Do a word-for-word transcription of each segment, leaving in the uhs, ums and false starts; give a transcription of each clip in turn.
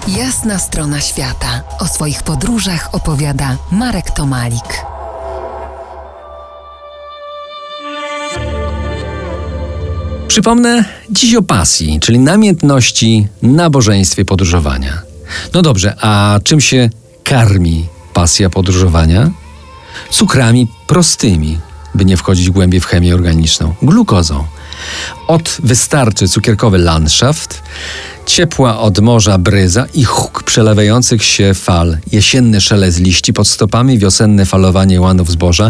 Jasna strona świata. O swoich podróżach opowiada Marek Tomalik. Przypomnę dziś o pasji, czyli namiętności, nabożeństwie podróżowania. No dobrze, a czym się karmi pasja podróżowania? Cukrami prostymi, by nie wchodzić głębiej w chemię organiczną. Glukozą. Od wystarczy cukierkowy landschaft, ciepła od morza bryza i huk przelewających się fal, jesienny szelest liści pod stopami, wiosenne falowanie łanów zboża,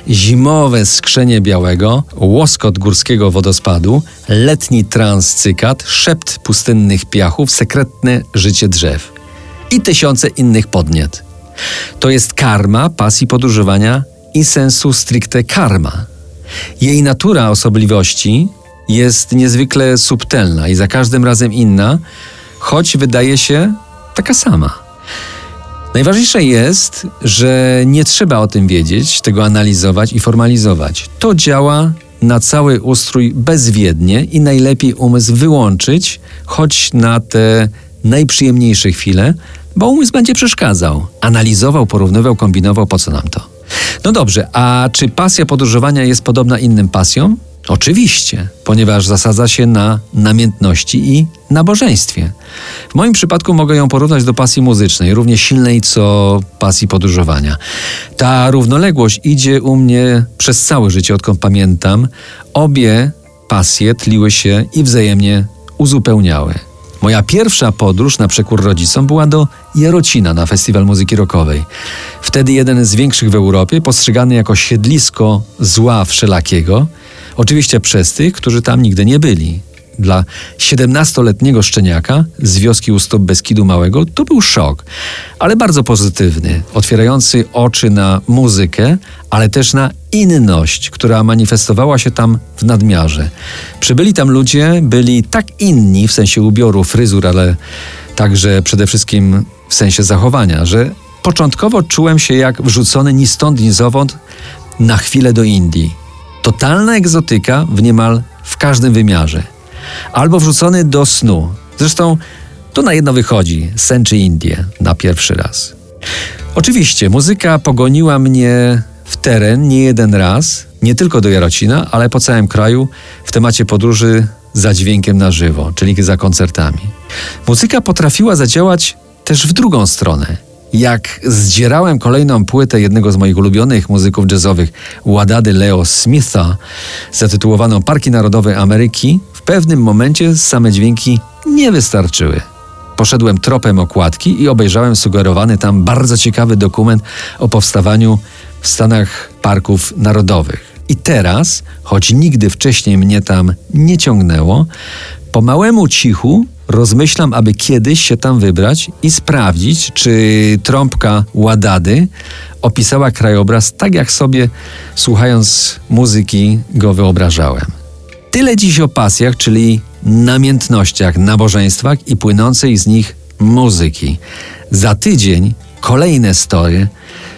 zimowe skrzenie białego, łoskot górskiego wodospadu, letni trans cykat, szept pustynnych piachów, sekretne życie drzew i tysiące innych podniet. To jest karma pasji podróżowania i sensu stricte karma. Jej natura osobliwości jest niezwykle subtelna i za każdym razem inna, choć wydaje się taka sama. Najważniejsze jest, że nie trzeba o tym wiedzieć, tego analizować i formalizować. To działa na cały ustrój bezwiednie i najlepiej umysł wyłączyć, choć na te najprzyjemniejsze chwile, bo umysł będzie przeszkadzał. Analizował, porównywał, kombinował, po co nam to? No dobrze, a czy pasja podróżowania jest podobna innym pasjom? Oczywiście, ponieważ zasadza się na namiętności i nabożeństwie. W moim przypadku mogę ją porównać do pasji muzycznej, równie silnej co pasji podróżowania. Ta równoległość idzie u mnie przez całe życie, odkąd pamiętam. Obie pasje tliły się i wzajemnie uzupełniały. Moja pierwsza podróż na przekór rodzicom była do Jarocina na festiwal muzyki rockowej. Wtedy jeden z większych w Europie, postrzegany jako siedlisko zła wszelakiego, oczywiście przez tych, którzy tam nigdy nie byli. Dla siedemnastoletniego szczeniaka z wioski u stóp Beskidu Małego to był szok, ale bardzo pozytywny, otwierający oczy na muzykę, ale też na inność, która manifestowała się tam w nadmiarze. Przybyli tam ludzie, byli tak inni w sensie ubioru, fryzur, ale także przede wszystkim w sensie zachowania, że początkowo czułem się jak wrzucony ni stąd, ni zowąd na chwilę do Indii. Totalna egzotyka w niemal w każdym wymiarze. Albo wrzucony do snu. Zresztą to na jedno wychodzi, sen czy Indie na pierwszy raz. Oczywiście muzyka pogoniła mnie w teren nie jeden raz, nie tylko do Jarocina, ale po całym kraju w temacie podróży za dźwiękiem na żywo, czyli za koncertami. Muzyka potrafiła zadziałać też w drugą stronę. Jak zdzierałem kolejną płytę jednego z moich ulubionych muzyków jazzowych, Ładady Leo Smitha, zatytułowaną Parki Narodowe Ameryki, w pewnym momencie same dźwięki nie wystarczyły. Poszedłem tropem okładki i obejrzałem sugerowany tam bardzo ciekawy dokument o powstawaniu w Stanach parków narodowych. I teraz, choć nigdy wcześniej mnie tam nie ciągnęło, po małemu cichu rozmyślam, aby kiedyś się tam wybrać i sprawdzić, czy trąbka Ładady opisała krajobraz tak, jak sobie, słuchając muzyki, go wyobrażałem. Tyle dziś o pasjach, czyli namiętnościach, nabożeństwach i płynącej z nich muzyki. Za tydzień kolejne story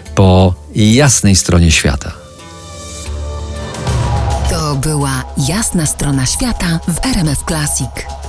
po jasnej stronie świata. To była Jasna strona świata w R M F Classic.